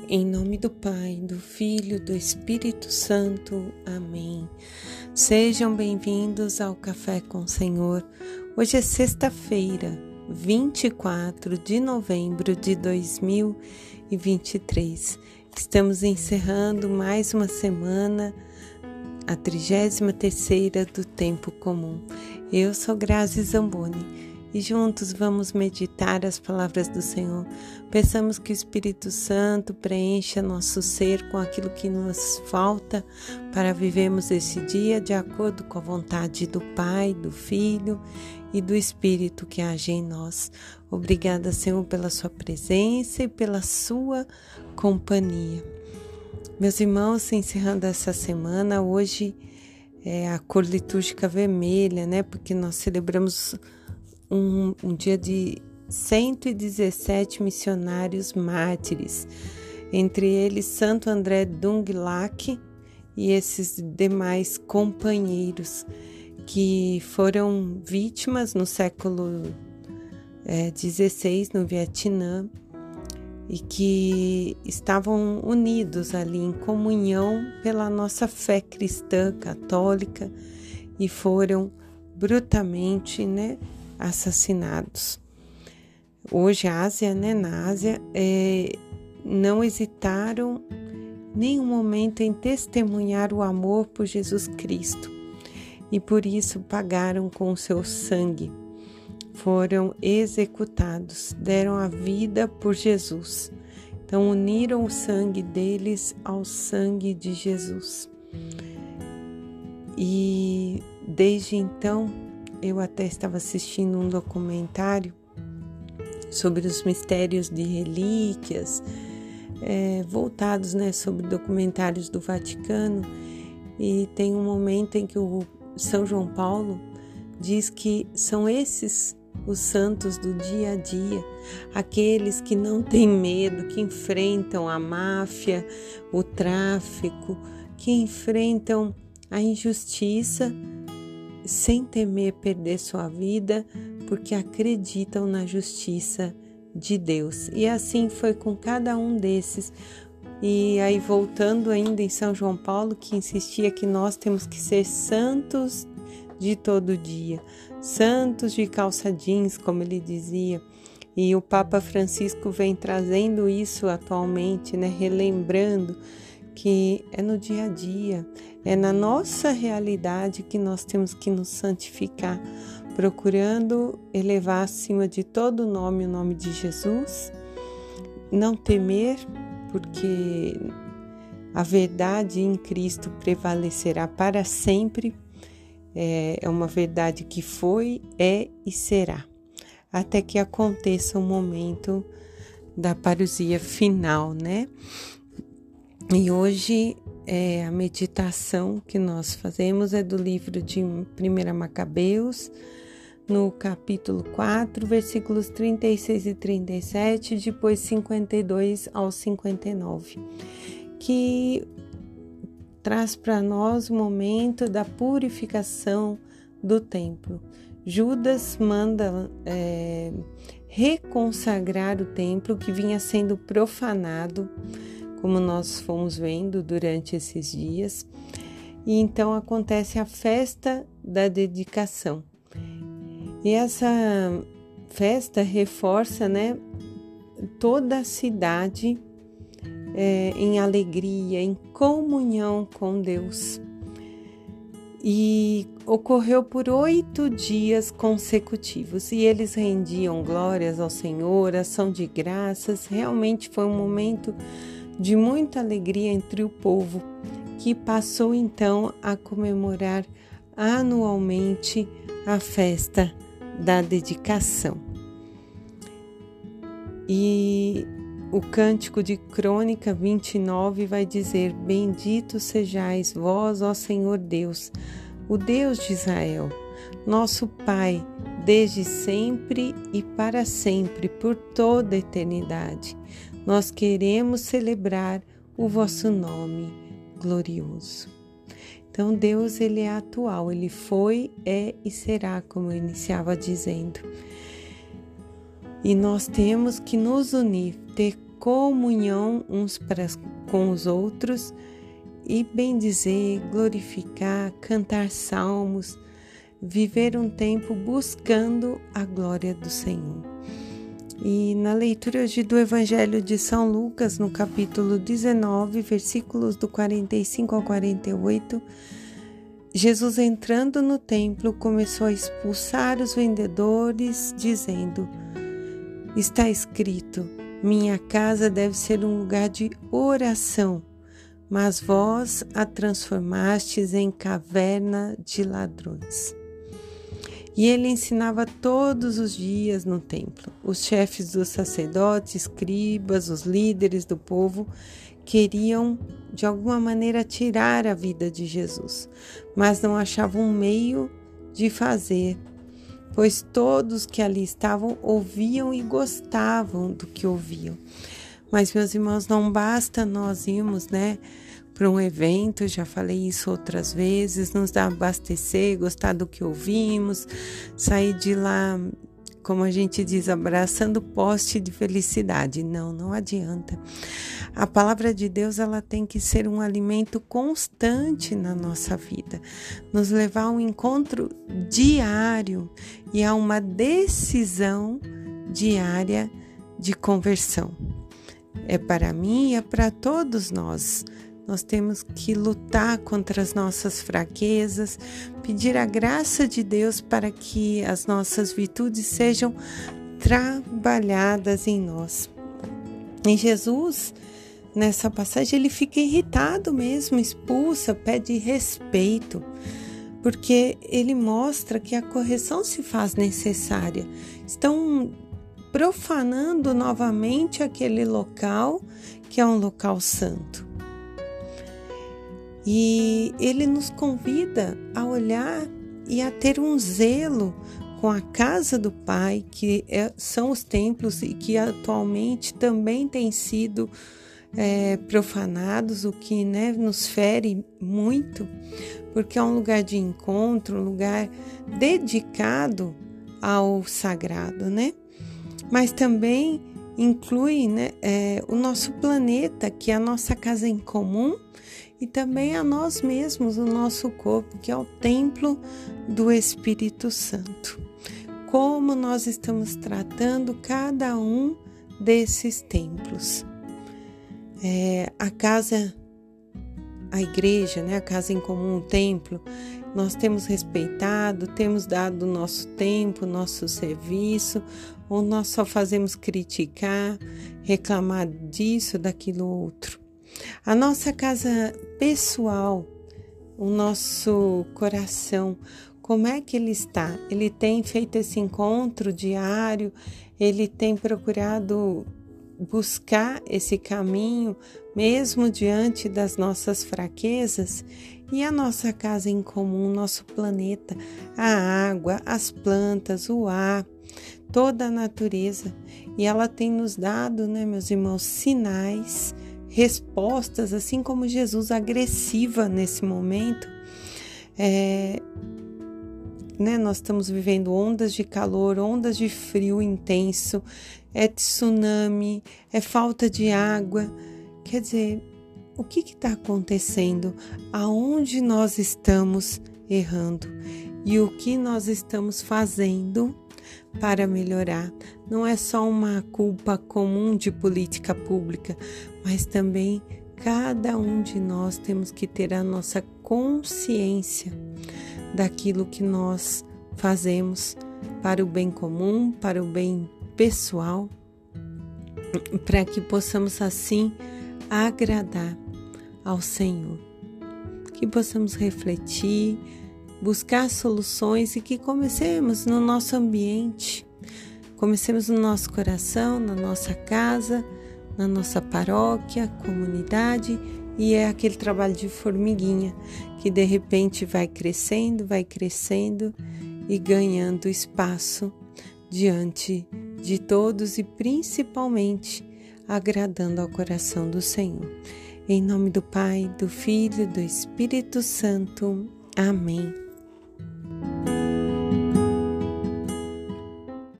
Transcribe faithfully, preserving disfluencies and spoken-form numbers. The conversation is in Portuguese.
Em nome do Pai, do Filho, do Espírito Santo. Amém. Sejam bem-vindos ao Café com o Senhor. Hoje é sexta-feira, vinte e quatro de novembro de dois mil e vinte e três. Estamos encerrando mais uma semana, a trigésima terceira do Tempo Comum. Eu sou Grazi Zamboni. E juntos vamos meditar as palavras do Senhor. Peçamos que o Espírito Santo preencha nosso ser com aquilo que nos falta para vivermos esse dia de acordo com a vontade do Pai, do Filho e do Espírito que age em nós. Obrigada, Senhor, pela sua presença e pela sua companhia. Meus irmãos, encerrando essa semana, hoje é a cor litúrgica vermelha, né? Porque nós celebramos Um, um dia de cento e dezessete missionários mártires, entre eles Santo André Dũng-Lạc e esses demais companheiros que foram vítimas no século é, dezesseis no Vietnã e que estavam unidos ali em comunhão pela nossa fé cristã católica e foram brutalmente, né, assassinados. Hoje a Ásia, né, na Ásia, é, não hesitaram nenhum momento em testemunhar o amor por Jesus Cristo e por isso pagaram com o seu sangue. Foram executados, deram a vida por Jesus. Então uniram o sangue deles ao sangue de Jesus. E desde então eu até estava assistindo um documentário sobre os mistérios de relíquias, é, voltados, né, sobre documentários do Vaticano, e tem um momento em que o São João Paulo diz que são esses os santos do dia a dia, aqueles que não têm medo, que enfrentam a máfia, o tráfico, que enfrentam a injustiça, sem temer perder sua vida, porque acreditam na justiça de Deus. E assim foi com cada um desses. E aí, voltando ainda em São João Paulo, que insistia que nós temos que ser santos de todo dia, santos de calça jeans, como ele dizia. E o Papa Francisco vem trazendo isso atualmente, né, relembrando que é no dia a dia, é na nossa realidade que nós temos que nos santificar, procurando elevar acima de todo nome o nome de Jesus, não temer, porque a verdade em Cristo prevalecerá para sempre, é uma verdade que foi, é e será, até que aconteça o momento da parousia final, né? E hoje é, a meditação que nós fazemos é do livro de primeira Macabeus, no capítulo quatro, versículos trinta e seis e trinta e sete, depois cinquenta e dois ao cinquenta e nove, que traz para nós o momento da purificação do templo. Judas manda é, reconsagrar o templo que vinha sendo profanado, como nós fomos vendo durante esses dias, e então acontece a festa da dedicação. E essa festa reforça, né, toda a cidade é, em alegria, em comunhão com Deus. E ocorreu por oito dias consecutivos, e eles rendiam glórias ao Senhor, ação de graças. Realmente foi um momento de muita alegria entre o povo, que passou então a comemorar anualmente a festa da dedicação. E o Cântico de Crônica vinte e nove vai dizer: Bendito sejais vós, ó Senhor Deus, o Deus de Israel, nosso Pai, desde sempre e para sempre, por toda a eternidade. Nós queremos celebrar o vosso nome glorioso. Então Deus, ele é atual, ele foi, é e será, como eu iniciava dizendo. E nós temos que nos unir, ter comunhão uns para com os outros e bendizer, glorificar, cantar salmos, viver um tempo buscando a glória do Senhor. E na leitura hoje do Evangelho de São Lucas, no capítulo dezenove, versículos do quarenta e cinco ao quarenta e oito, Jesus, entrando no templo, começou a expulsar os vendedores, dizendo: está escrito, minha casa deve ser um lugar de oração, mas vós a transformastes em caverna de ladrões. E ele ensinava todos os dias no templo. Os chefes dos sacerdotes, escribas, os líderes do povo queriam de alguma maneira tirar a vida de Jesus, mas não achavam um meio de fazer, pois todos que ali estavam ouviam e gostavam do que ouviam. Mas, meus irmãos, não basta nós irmos, né, para um evento, já falei isso outras vezes, nos abastecer, gostar do que ouvimos, sair de lá, como a gente diz, abraçando o poste de felicidade. Não, não adianta. A palavra de Deus, ela tem que ser um alimento constante na nossa vida, nos levar a um encontro diário e a uma decisão diária de conversão. É para mim e é para todos nós. Nós temos que lutar contra as nossas fraquezas, pedir a graça de Deus para que as nossas virtudes sejam trabalhadas em nós. E Jesus, nessa passagem, ele fica irritado mesmo, expulsa, pede respeito, porque ele mostra que a correção se faz necessária. Estão profanando novamente aquele local que é um local santo. E ele nos convida a olhar e a ter um zelo com a casa do Pai, que é, são os templos e que atualmente também têm sido é, profanados, o que, né, nos fere muito, porque é um lugar de encontro, um lugar dedicado ao sagrado, né? Mas também inclui, né, é, o nosso planeta, que é a nossa casa em comum, e também a nós mesmos, o nosso corpo, que é o templo do Espírito Santo. Como nós estamos tratando cada um desses templos. É, a casa, a igreja, né, a casa em comum, o templo, nós temos respeitado, temos dado o nosso tempo, nosso serviço, ou nós só fazemos criticar, reclamar disso, daquilo outro. A nossa casa pessoal, o nosso coração, como é que ele está? Ele tem feito esse encontro diário, ele tem procurado buscar esse caminho, mesmo diante das nossas fraquezas? E a nossa casa em comum, nosso planeta, a água, as plantas, o ar, toda a natureza. E ela tem nos dado, né, meus irmãos, sinais, respostas, assim como Jesus, agressiva nesse momento. É, né, nós estamos vivendo ondas de calor, ondas de frio intenso, é tsunami, é falta de água. Quer dizer, o que está acontecendo? Aonde nós estamos errando? E o que nós estamos fazendo para melhorar? Não é só uma culpa comum de política pública, mas também cada um de nós temos que ter a nossa consciência daquilo que nós fazemos para o bem comum, para o bem pessoal, para que possamos assim agradar ao Senhor. Que possamos refletir, buscar soluções e que comecemos no nosso ambiente, comecemos no nosso coração, na nossa casa, na nossa paróquia, comunidade, e é aquele trabalho de formiguinha que de repente vai crescendo, vai crescendo e ganhando espaço diante de todos e principalmente agradando ao coração do Senhor. Em nome do Pai, do Filho e do Espírito Santo. Amém.